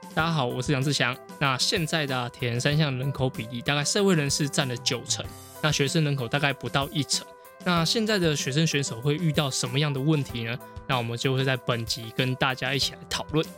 大家好，我是杨志祥。那现在的铁人三项人口比例，大概社会人士占了90%，那学生人口大概不到1%。那现在的学生选手会遇到什么样的问题呢？那我们就会在本集跟大家一起来讨论。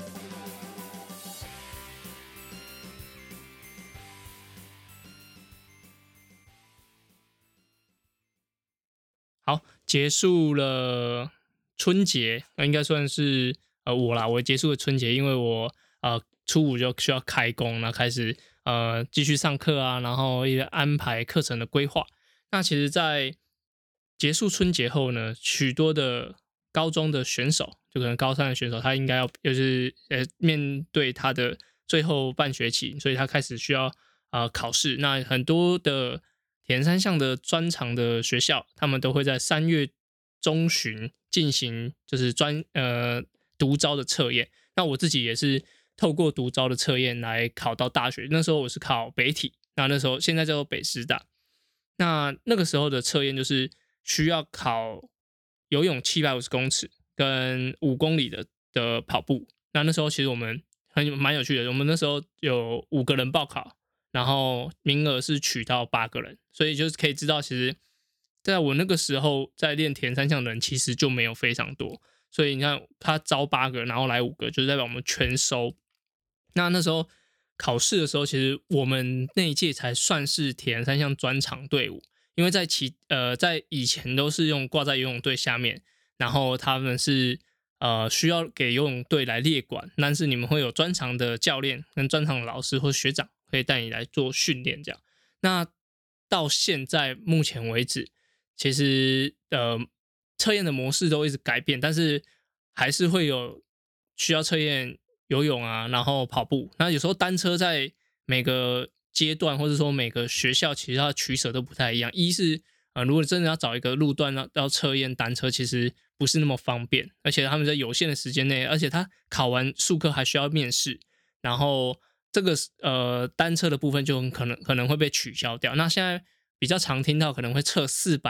好，结束了春节，应该算是我结束了春节，因为我初五就需要开工，然后开始继续上课啊，然后也安排课程的规划。那其实，在结束春节后呢，许多的高中的选手，就可能高三的选手，他应该要就是面对他的最后半学期，所以他开始需要考试。那很多的铁人三项的专长的学校，他们都会在3月中旬进行就是独招的测验。那我自己也是透过独招的测验来考到大学。那时候我是考北体，那时候现在叫做北师大。那个时候的测验就是需要考游泳750公尺跟5公里的跑步。那时候其实我们蛮有趣的，我们那时候有5个人报考，然后名额是取到8个人，所以就是可以知道，其实在我那个时候在练铁人三项的人其实就没有非常多，所以你看他招8个，然后来5个，就是代表我们全收。那时候考试的时候，其实我们那一届才算是铁人三项专长队伍，因为在以前都是用挂在游泳队下面，然后他们是需要给游泳队来列管，但是你们会有专长的教练跟专长的老师或学长可以带你来做训练这样。那到现在目前为止，其实测验的模式都一直改变，但是还是会有需要测验游泳啊，然后跑步。那有时候单车在每个阶段或者说每个学校，其实它的取舍都不太一样。一是如果真的要找一个路段要测验单车，其实不是那么方便，而且他们在有限的时间内，而且他考完术科还需要面试，然后这个单车的部分就可能会被取消掉。那现在比较常听到可能会测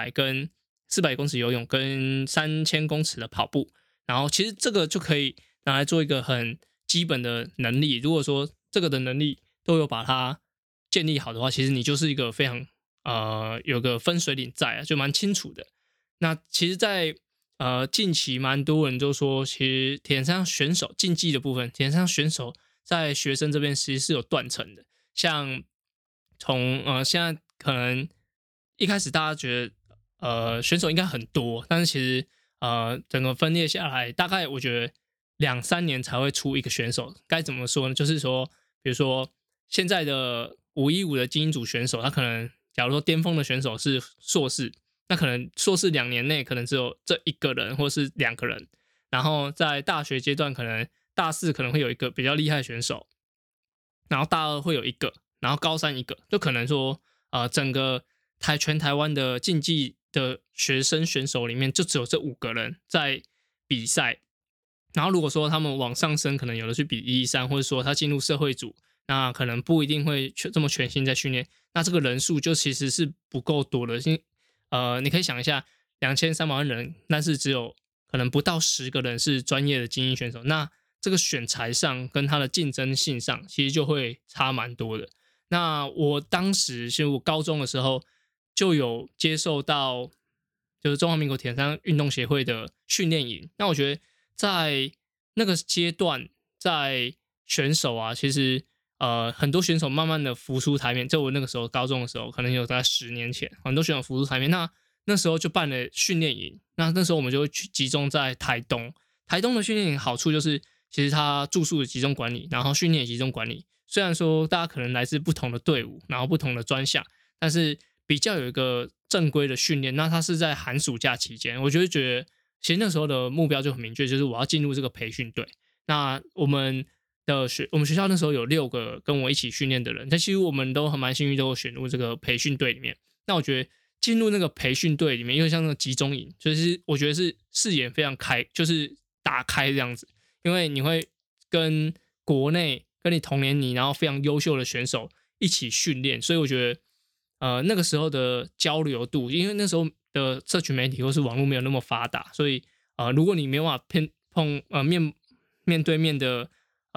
400公尺游泳跟3000公尺的跑步，然后其实这个就可以拿来做一个很基本的能力。如果说这个的能力都有把它建立好的话，其实你就是一个非常有个分水岭在就蛮清楚的。那其实在近期蛮多人就说，其实铁人三项选手竞技的部分，铁人三项选手在学生这边其实是有断层的。像从现在可能一开始大家觉得选手应该很多，但是其实整个分裂下来，大概我觉得2-3年才会出一个选手。该怎么说呢？就是说，比如说现在的515的精英组选手，他可能假如说巅峰的选手是硕士，那可能硕士2年内可能只有这1个人或是2个人，然后在大学阶段可能大4可能会有一个比较厉害的选手，然后大2会有1个，然后高31个，就可能说整个全台湾的竞技的学生选手里面就只有这5个人在比赛。然后如果说他们往上升，可能有的去比113，或者说他进入社会组，那可能不一定会这么全心在训练，那这个人数就其实是不够多的。你可以想一下，2300万人，但是只有可能不到10个人是专业的精英选手，那这个选材上跟他的竞争性上，其实就会差蛮多的。那我当时其实我高中的时候就有接受到就是中华民国铁人三项运动协会的训练营。那我觉得在那个阶段，在选手啊，其实很多选手慢慢的浮出台面。就我那个时候高中的时候，可能有大概10年前，很多选手浮出台面。那时候就办了训练营，那时候我们就会去集中在台东。台东的训练营好处就是，其实它住宿的集中管理，然后训练也集中管理。虽然说大家可能来自不同的队伍，然后不同的专项，但是比较有一个正规的训练。那它是在寒暑假期间，我就会觉得，其实那时候的目标就很明确，就是我要进入这个培训队。那我们学校那时候有6个跟我一起训练的人，但其实我们都很蛮幸运，都有选入这个培训队里面。那我觉得进入那个培训队里面，因为像那个集中营，就是我觉得是视野非常开，就是打开这样子，因为你会跟国内跟你同年龄然后非常优秀的选手一起训练，所以我觉得那个时候的交流度，因为那时候的社群媒体或是网络没有那么发达，所以如果你没有办法面对面的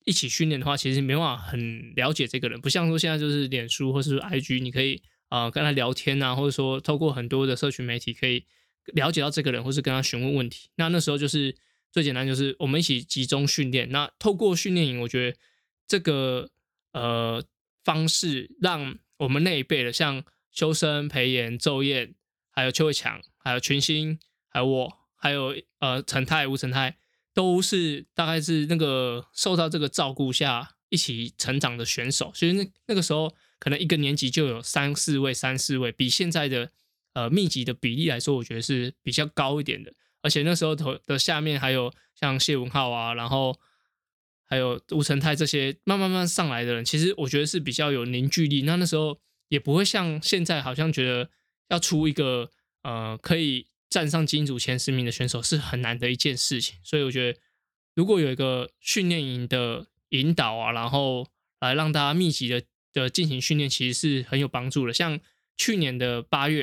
一起训练的话，其实没办法很了解这个人，不像说现在就是脸书或是 IG，你可以跟他聊天啊，或者说透过很多的社群媒体可以了解到这个人，或是跟他询问问题。那时候就是最简单，就是我们一起集中训练。那透过训练营，我觉得这个方式让我们那一辈的，像修身、裴炎、昼彦，还有邱伟强，还有群星，还有我，还有陈泰、吴成泰，都是大概是那个受到这个照顾下一起成长的选手。所以那个时候可能一个年级就有三四位，比现在的密集的比例来说，我觉得是比较高一点的。而且那时候的下面还有像谢文浩啊，然后还有吴成泰这些慢慢上来的人，其实我觉得是比较有凝聚力。那时候也不会像现在好像觉得要出一个可以站上金组前10名的选手是很难的一件事情。所以我觉得如果有一个训练营的引导啊，然后来让大家密集的进行训练，其实是很有帮助的。像去年的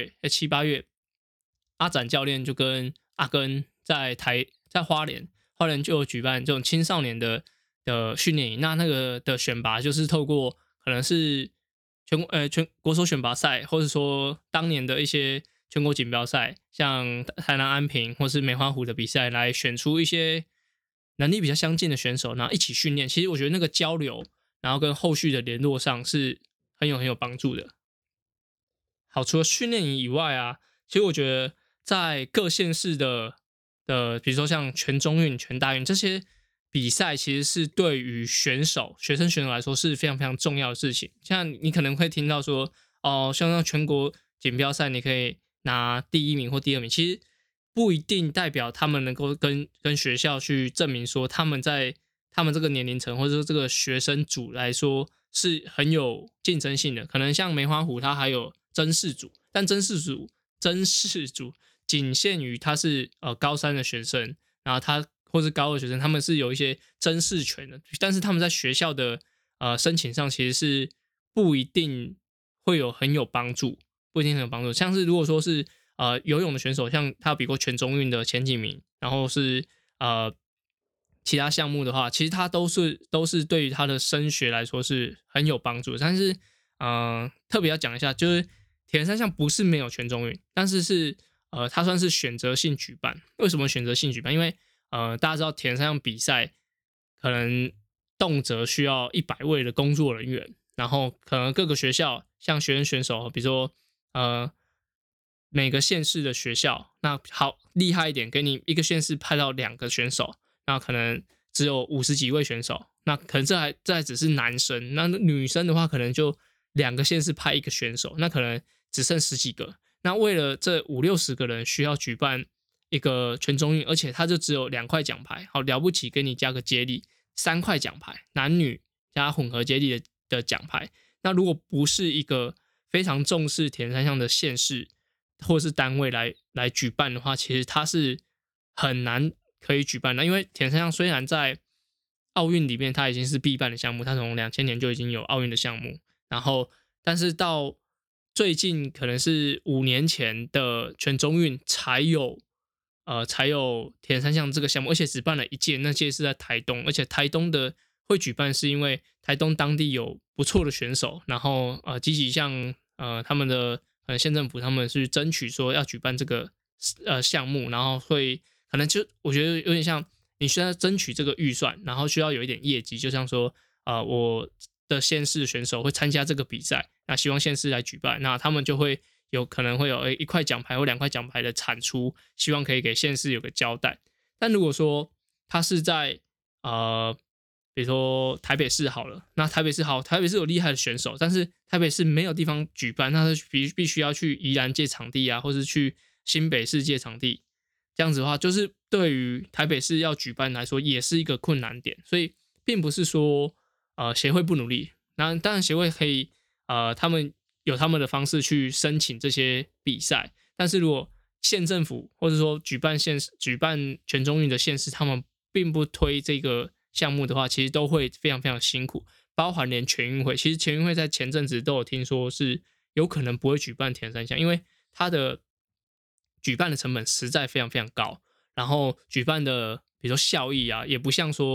7、8月，阿展教练就跟阿根在花莲就有举办这种青少年的训练营。那个的选拔就是透过可能是全国手选拔赛，或者说当年的一些全国锦标赛，像台南安平或是梅花湖的比赛，来选出一些能力比较相近的选手，然后一起训练。其实我觉得那个交流，然后跟后续的联络上是很有帮助的。好，除了训练营以外啊，其实我觉得在各县市的，比如说像全中运、全大运这些比赛，其实是对于学生选手来说是非常非常重要的事情。像你可能会听到说，像全国锦标赛，你可以拿第1名或第2名，其实不一定代表他们能够跟学校去证明说他们在他们这个年龄层或者说这个学生组来说是很有竞争性的。可能像梅花湖，它还有甄试组，但甄试组仅限于他是高3的学生，然后他或是高2的学生，他们是有一些甄试权的，但是他们在学校的申请上其实是不一定会有很有帮助，不一定很有帮助。像是如果说是游泳的选手，像他比过全中运的前几名，然后是其他项目的话，其实他都是对于他的升学来说是很有帮助的。但是特别要讲一下，就是铁人三项不是没有全中运，但是它算是选择性举办。为什么选择性举办？因为大家知道铁人三项比赛可能动辄需要100位的工作人员，然后可能各个学校像学生选手，比如说每个县市的学校，那好厉害一点，给你一个县市派到2个选手，那可能只有50几位选手，那可能这还只是男生，那女生的话可能就2个县市派1个选手，那可能只剩10几个。那为了这50、60个人，需要举办一个全中运，而且它就只有2块奖牌，好了不起，给你加个接力，3块奖牌，男女加混合接力的奖牌。那如果不是一个非常重视铁人三项的县市或是单位来举办的话，其实它是很难可以举办的。因为铁人三项虽然在奥运里面它已经是必办的项目，它从2000年就已经有奥运的项目，然后但是到最近可能是5年前的全中运才有铁人三项这个项目，而且只办了1届，那届是在台东，而且台东的会举办是因为台东当地有不错的选手，然后积极向他们的县政府他们去争取说要举办这个项目，然后会可能就我觉得有点像你需要争取这个预算，然后需要有一点业绩，就像说我的县市选手会参加这个比赛，那希望县市来举办，那他们就会可能会有1块奖牌或2块奖牌的产出，希望可以给县市有个交代。但如果说他是在比如说台北市好了，那台北市有厉害的选手，但是台北市没有地方举办，那是必须要去宜兰借场地啊，或是去新北市借场地。这样子的话，就是对于台北市要举办来说，也是一个困难点。所以并不是说协会不努力，那当然协会可以他们有他们的方式去申请这些比赛，但是如果县政府或者说举办全中运的县市，他们并不推这个项目的话，其实都会非常非常辛苦，包含连全运会，其实全运会在前阵子都有听说是有可能不会举办铁人三项，因为它的举办的成本实在非常非常高，然后举办的比如说效益啊，也不像说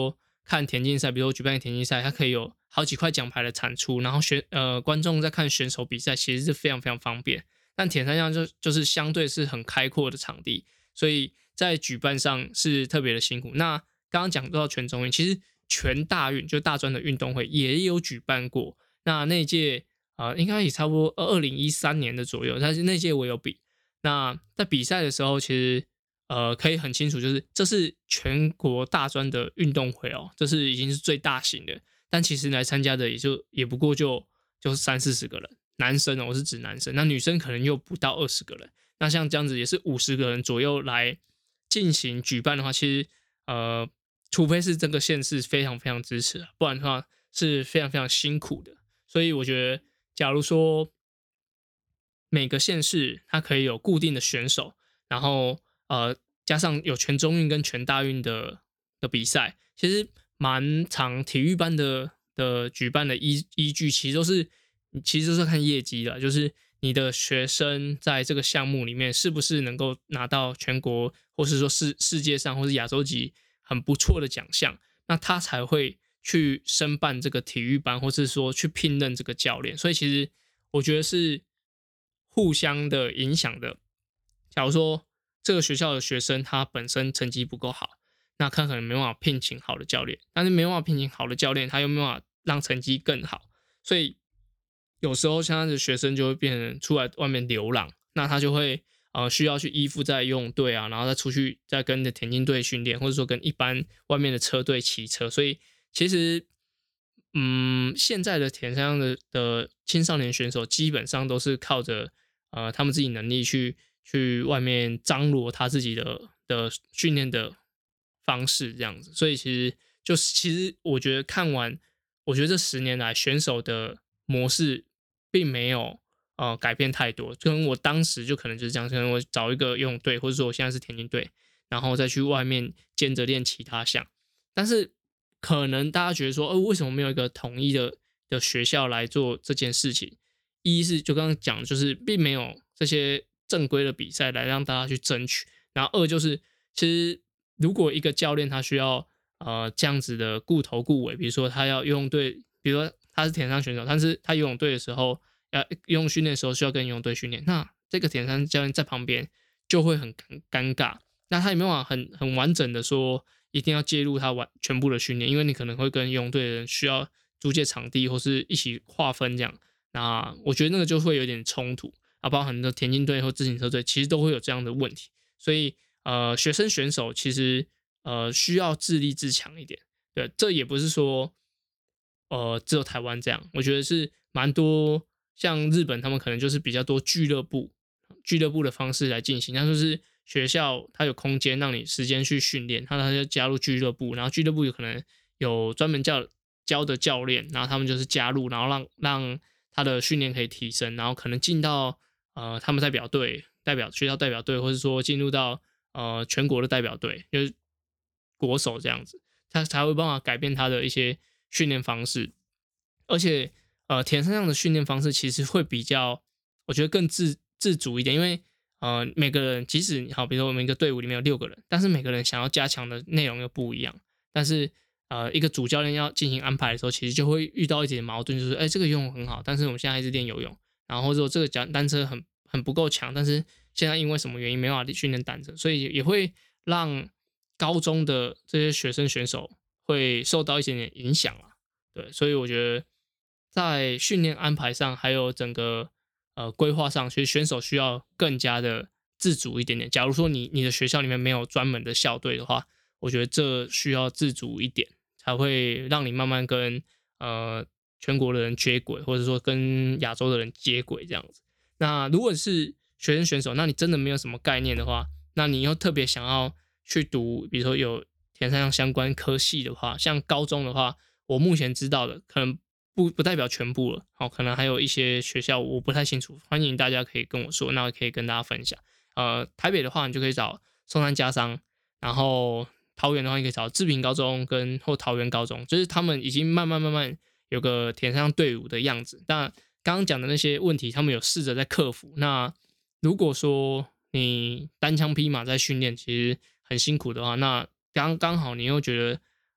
看田径赛，比如说举办田径赛，它可以有好几块奖牌的产出，然后观众在看选手比赛，其实是非常非常方便。但铁三项就是相对是很开阔的场地，所以在举办上是特别的辛苦。那刚刚讲到全中运，其实全大运就大专的运动会也有举办过。那一届应该也差不多2013年的左右，但是那届我有比。那在比赛的时候，其实可以很清楚，就是这是全国大专的运动会哦，这是已经是最大型的。但其实来参加的也不过就30-40个人，男生哦，我是指男生，那女生可能又不到20个人。那像这样子也是50个人左右来进行举办的话，其实除非是这个县市非常非常支持，不然的话是非常非常辛苦的。所以我觉得，假如说每个县市它可以有固定的选手，然后加上有全中运跟全大运的比赛，其实蛮常体育班的举办的依据，其实都是看业绩的，就是你的学生在这个项目里面是不是能够拿到全国或是说世界上或是亚洲级很不错的奖项，那他才会去申办这个体育班，或是说去聘任这个教练。所以其实我觉得是互相的影响的。假如说这个学校的学生他本身成绩不够好，那他可能没办法聘请好的教练，但是没办法聘请好的教练，他又没办法让成绩更好，所以有时候像他的学生就会变成出来外面流浪，那他就会需要去依附在游泳队啊，然后再出去再跟着田径队训练，或者说跟一般外面的车队骑车。所以其实现在的田三的青少年选手基本上都是靠着他们自己能力去外面张罗他自己的训练的方式这样子。所以其实我觉得看完，我觉得这10年来选手的模式并没有改变太多，跟我当时就可能就是这样，可能我找一个游泳队，或者说我现在是田径队，然后再去外面兼着练其他项。但是可能大家觉得说，为什么没有一个统一的学校来做这件事情？一是就刚刚讲，就是并没有这些正规的比赛来让大家去争取。然后二就是，其实如果一个教练他需要这样子的顾头顾尾，比如说他要游泳队，比如说他是田上选手，但是他游泳队的时候，游泳训练的时候需要跟游泳队训练，那这个田山教练在旁边就会很尴尬。那他也没办法很完整的说一定要介入他全部的训练，因为你可能会跟游泳队的人需要租借场地或是一起划分这样。那我觉得那个就会有点冲突啊，包含很多田径队或自行车队其实都会有这样的问题。所以学生选手其实需要自立自强一点。对，这也不是说只有台湾这样，我觉得是蛮多，像日本他们可能就是比较多俱乐部的方式来进行，那就是学校它有空间让你时间去训练，他就加入俱乐部，然后俱乐部有可能有专门教的教练，然后他们就是加入，然后让他的训练可以提升，然后可能进到他们代表队、学校代表队，或者说进入到全国的代表队，就是国手这样子，他才会办法改变他的一些训练方式。而且田三项的训练方式其实会比较，我觉得更自主一点，因为每个人即使好，比如说我们一个队伍里面有6个人，但是每个人想要加强的内容又不一样。但是一个主教练要进行安排的时候，其实就会遇到一点矛盾，就是这个游泳很好，但是我们现在还是练游泳，然后或者说这个单车很不够强，但是现在因为什么原因没办法训练单车，所以也会让高中的这些学生选手会受到一点点影响啊。对，所以我觉得在训练安排上，还有整个规划上，其实选手需要更加的自主一点点。假如说你的学校里面没有专门的校队的话，我觉得这需要自主一点，才会让你慢慢跟全国的人接轨，或者说跟亚洲的人接轨这样子。那如果是学生选手，那你真的没有什么概念的话，那你又特别想要去读，比如说有田三项相关科系的话，像高中的话，我目前知道的可能不代表全部了，好，可能还有一些学校我不太清楚，欢迎大家可以跟我说，那我可以跟大家分享。台北的话，你就可以找松山家商，然后桃园的话，你可以找志平高中或桃园高中，就是他们已经慢慢有个田上队伍的样子。但刚刚讲的那些问题，他们有试着在克服。那如果说你单枪匹马在训练，其实很辛苦的话，那刚好你又觉得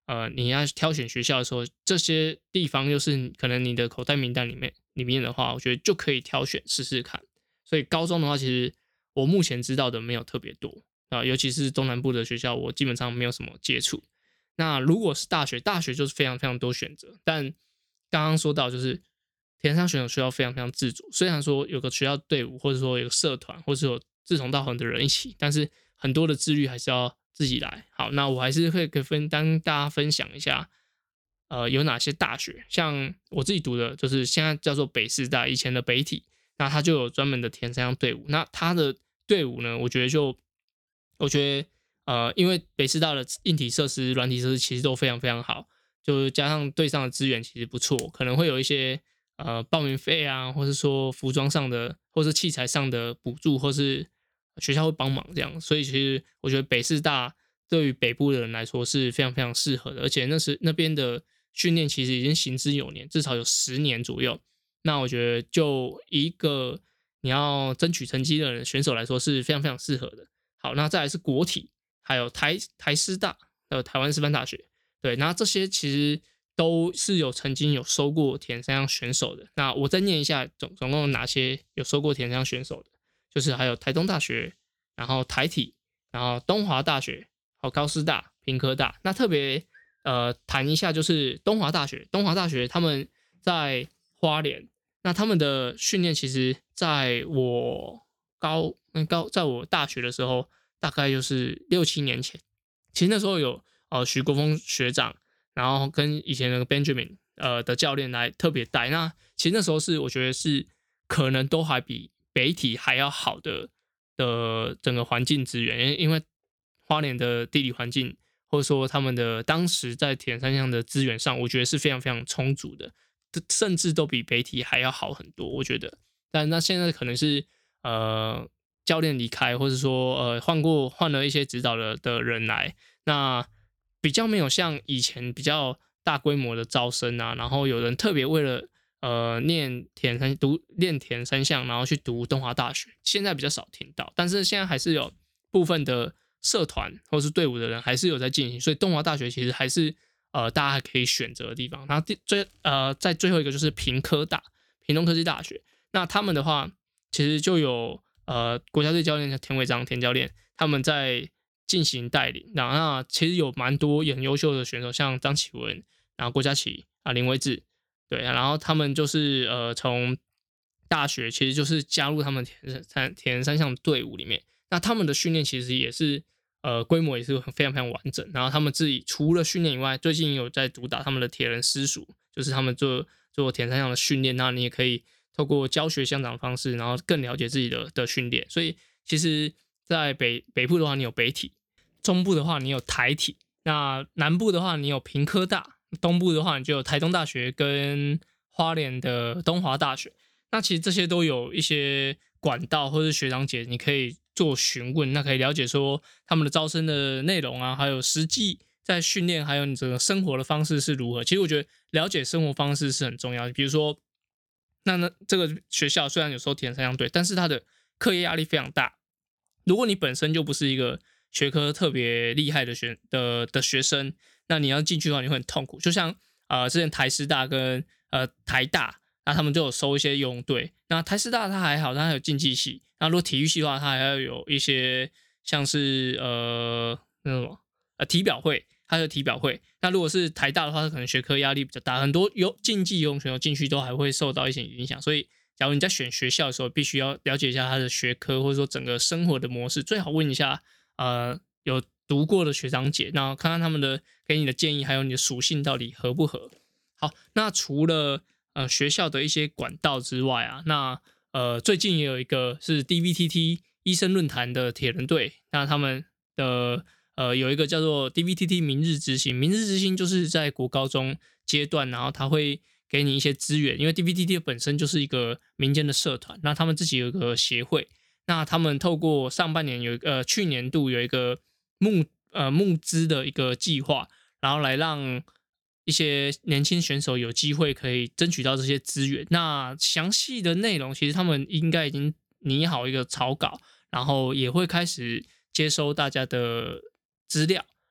你要挑选学校的时候，这些地方又是可能你的口袋名单里面的话，我觉得就可以挑选试试看。所以高中的话，其实我目前知道的没有特别多尤其是中南部的学校，我基本上没有什么接触。那如果是大学，大学就是非常非常多选择，但刚刚说到就是田商选手需要非常非常自主。虽然说有个学校队伍，或者说有个社团，或者有志同道合的人一起，但是很多的自律还是要自己来。好，那我还是会跟大家分享一下，有哪些大学，像我自己读的，就是现在叫做北师大，以前的北体，那它就有专门的田三项队伍。那它的队伍呢，我觉得因为北师大的硬体设施、软体设施其实都非常非常好，就是加上队上的资源其实不错，可能会有一些报名费啊，或是说服装上的，或是器材上的补助，或是学校会帮忙这样。所以其实我觉得北师大对于北部的人来说是非常非常适合的，而且那边的训练其实已经行之有年，至少有10年左右。那我觉得就一个你要争取成绩的选手来说是非常非常适合的。好，那再来是国体，还有台师大，还有台湾师范大学，对，那这些其实都是曾经有收过田三项选手的。那我再念一下总共有哪些有收过田三项选手的，就是还有台东大学，然后台体，然后东华大学，还有高师大、屏科大。那特别谈一下就是东华大学，他们在花莲，那他们的训练其实在我在我大学的时候，大概就是6、7年前。其实那时候有徐国峰学长，然后跟以前那个 Benjamin 的教练来特别带。那其实那时候我觉得是可能都还比北体还要好的整个环境资源，因为花莲的地理环境，或者说他们的当时在铁人三项的资源上，我觉得是非常非常充足的，甚至都比北体还要好很多，我觉得。但那现在可能是教练离开，或者说换了一些指导的人来，那比较没有像以前比较大规模的招生啊，然后有人特别为了练田三项，然后去读东华大学，现在比较少听到，但是现在还是有部分的社团或是队伍的人还是有在进行，所以东华大学其实还是大家还可以选择的地方。然后在最后一个就是屏东科技大学，那他们的话其实就有国家队教练田伟章田教练他们在进行带领，那其实有蛮多也很优秀的选手，像张启文，然后郭嘉琪啊林威志，对，然后他们就是从大学其实就是加入他们田人三项队伍里面，那他们的训练其实也是规模也是非常非常完整，然后他们自己除了训练以外，最近有在主打他们的铁人私塾，就是他们做田三项的训练，那你也可以透过教学相长的方式，然后更了解自己的训练。所以其实，在北部的话，你有北体；中部的话，你有台体；那南部的话，你有屏科大；东部的话，你就有台东大学跟花莲的东华大学。那其实这些都有一些管道或是学长姐，你可以做询问，那可以了解说他们的招生的内容啊，还有实际在训练，还有你整个生活的方式是如何。其实我觉得了解生活方式是很重要的。比如说，那这个学校虽然有时候填三项队，但是它的课业压力非常大。如果你本身就不是一个学科特别厉害的学生，那你要进去的话，你会很痛苦。就像之前台师大跟台大，那他们就有收一些游泳队。那台师大它还好，它还有竞技系。那如果体育系的话，它还要有一些像是那什么体表会，它有体表会。那如果是台大的话，它可能学科压力比较大，很多竞技游泳选手进去都还会受到一些影响。所以，假如你在选学校的时候，必须要了解一下它的学科，或者说整个生活的模式，最好问一下有读过的学长姐，然后看看他们的给你的建议，还有你的属性到底合不合。好，那除了学校的一些管道之外啊，那最近也有一个是 DVTT 医生论坛的铁人队，那他们的有一个叫做 DVTT 明日之星，明日之星就是在国高中阶段，然后他会给你一些资源，因为 DVTT 本身就是一个民间的社团，那他们自己有一个协会，那他们透过上半年去年度有一个募资的一个计划，然后来让一些年轻选手有机会可以争取到这些资源。那详细的内容其实他们应该已经拟好一个草稿，然后也会开始接收大家的资料。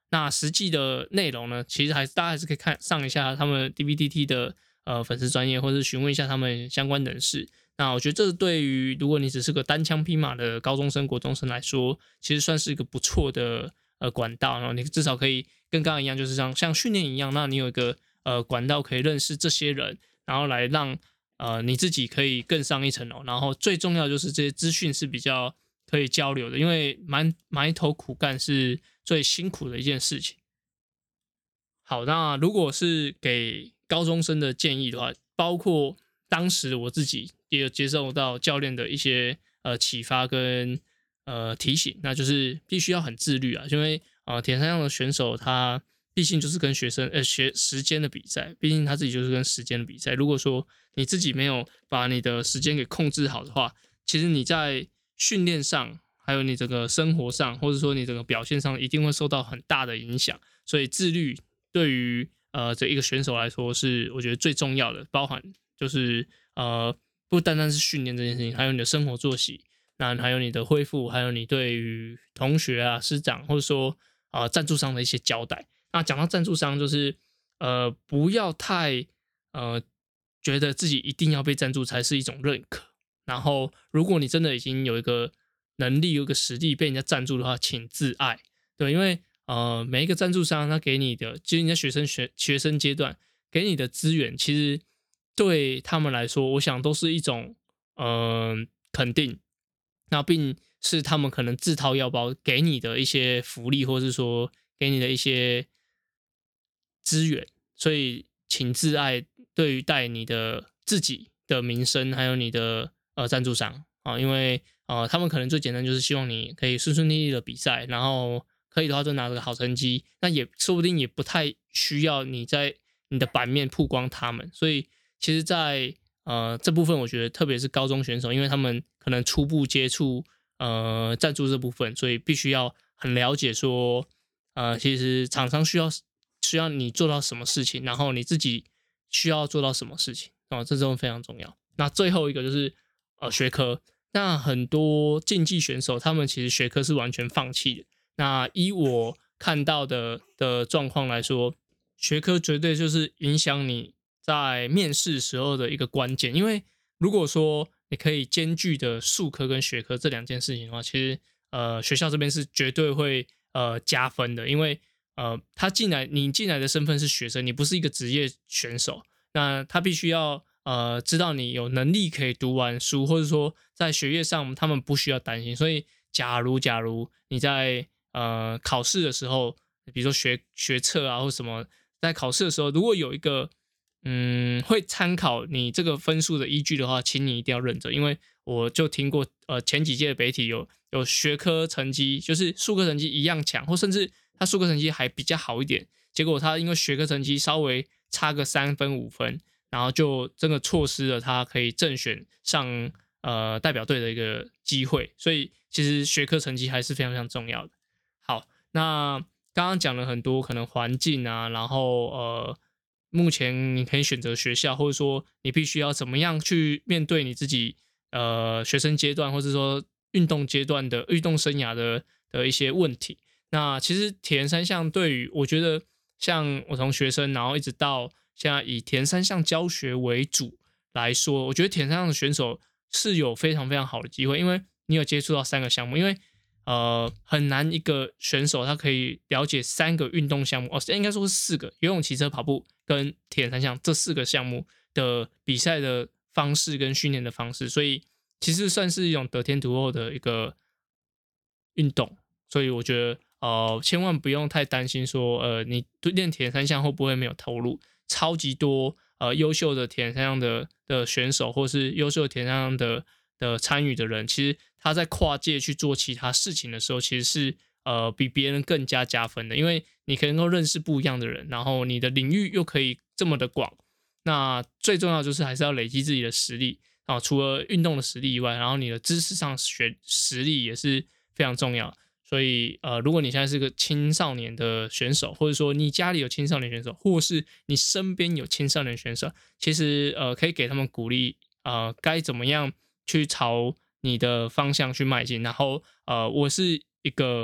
那实际的内容呢，其实大家还是可以上一下他们 DVDT 的粉丝专页，或者询问一下他们相关人士。那我觉得这对于如果你只是个单枪匹马的高中生、国中生来说，其实算是一个不错的管道。然后你至少可以跟刚刚一样，就是像训练一样，那你有一个管道可以认识这些人，然后来让你自己可以更上一层楼。然后最重要就是这些资讯是比较可以交流的，因为埋头苦干是最辛苦的一件事情。好，那如果是给高中生的建议的话，包括当时我自己也有接受到教练的一些启发跟提醒，那就是必须要很自律啊，因为铁三项的选手他毕竟就是跟时间的比赛，毕竟他自己就是跟时间的比赛。如果说你自己没有把你的时间给控制好的话，其实你在训练上，还有你整个生活上，或者说你整个表现上，一定会受到很大的影响。所以自律对于这一个选手来说是我觉得最重要的，包含就是不单单是训练这件事情，还有你的生活作息，那还有你的恢复，还有你对于同学啊、师长或者说赞助商的一些交代。那讲到赞助商，就是不要太觉得自己一定要被赞助才是一种认可。然后，如果你真的已经有一个能力、有一个实力被人家赞助的话，请自爱。对，因为每一个赞助商他给你的，其实你在学生阶段给你的资源，其实对他们来说，我想都是一种肯定。那并是他们可能自掏腰包给你的一些福利，或是说给你的一些资源，所以请自爱对待你的自己的名声，还有你的赞助商啊，因为他们可能最简单就是希望你可以顺顺利利的比赛，然后可以的话就拿了个好成绩，那也说不定也不太需要你在你的版面曝光他们，所以其实在，这部分我觉得特别是高中选手，因为他们可能初步接触赞助这部分，所以必须要很了解说，其实厂商需要你做到什么事情，然后你自己需要做到什么事情哦，这都非常重要。那最后一个就是学科，那很多竞技选手他们其实学科是完全放弃的。那依我看到的状况来说，学科绝对就是影响你在面试时候的一个关键，因为如果说你可以兼具的术科跟学科这两件事情的话，其实学校这边是绝对会加分的，因为你进来的身份是学生，你不是一个职业选手，那他必须要知道你有能力可以读完书，或者说在学业上他们不需要担心。所以假如你在考试的时候，比如说学测啊或什么，在考试的时候如果有一个会参考你这个分数的依据的话，请你一定要认真，因为我就听过前几届的北体有学科成绩，就是术科成绩一样强，或甚至他术科成绩还比较好一点，结果他因为学科成绩稍微差个3分5分，然后就真的错失了他可以正选上代表队的一个机会，所以其实学科成绩还是非常非常重要的。好，那刚刚讲了很多可能环境啊，然后目前你可以选择学校，或者说你必须要怎么样去面对你自己学生阶段，或者说运动阶段的运动生涯的一些问题。那其实铁人三项对于我觉得，像我从学生，然后一直到现在以铁人三项教学为主来说，我觉得铁人三项的选手是有非常非常好的机会，因为你有接触到3个项目，因为很难一个选手他可以了解3个运动项目，应该说是4个，游泳、骑车、跑步跟铁人三项这4个项目的比赛的方式跟训练的方式，所以其实算是一种得天独厚的一个运动。所以我觉得千万不用太担心说你练铁人三项会不会没有投入，超级多优秀的铁人三项的选手，或是优秀的铁人三项的参与的人，其实他在跨界去做其他事情的时候，其实是比别人更加分的，因为你可以能够认识不一样的人，然后你的领域又可以这么的广。那最重要就是还是要累积自己的实力啊，除了运动的实力以外，然后你的知识上实力也是非常重要。所以如果你现在是个青少年的选手，或者说你家里有青少年选手，或是你身边有青少年选手，其实可以给他们鼓励，该怎么样去朝你的方向去迈进。然后我是一个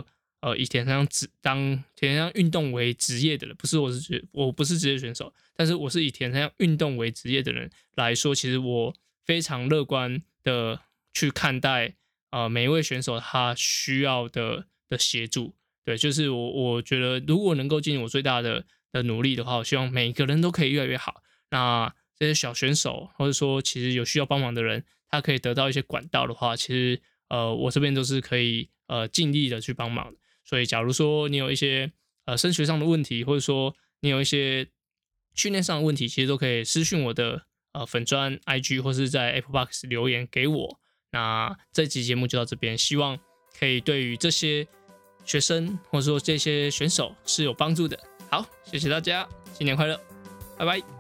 以田三项运动为职业的人，我不是职业选手，但是我是以田三项运动为职业的人来说，其实我非常乐观的去看待每一位选手他需要的协助。对，就是我觉得如果能够尽我最大的努力的话，我希望每个人都可以越来越好。那这些小选手或者说其实有需要帮忙的人，他可以得到一些管道的话，其实我这边都是可以尽力的去帮忙的。所以假如说你有一些升学上的问题，或者说你有一些训练上的问题，其实都可以私讯我的粉专 IG 或是在 Apple Box 留言给我。那这期节目就到这边，希望可以对于这些学生或者说这些选手是有帮助的。好，谢谢大家，新年快乐，拜拜。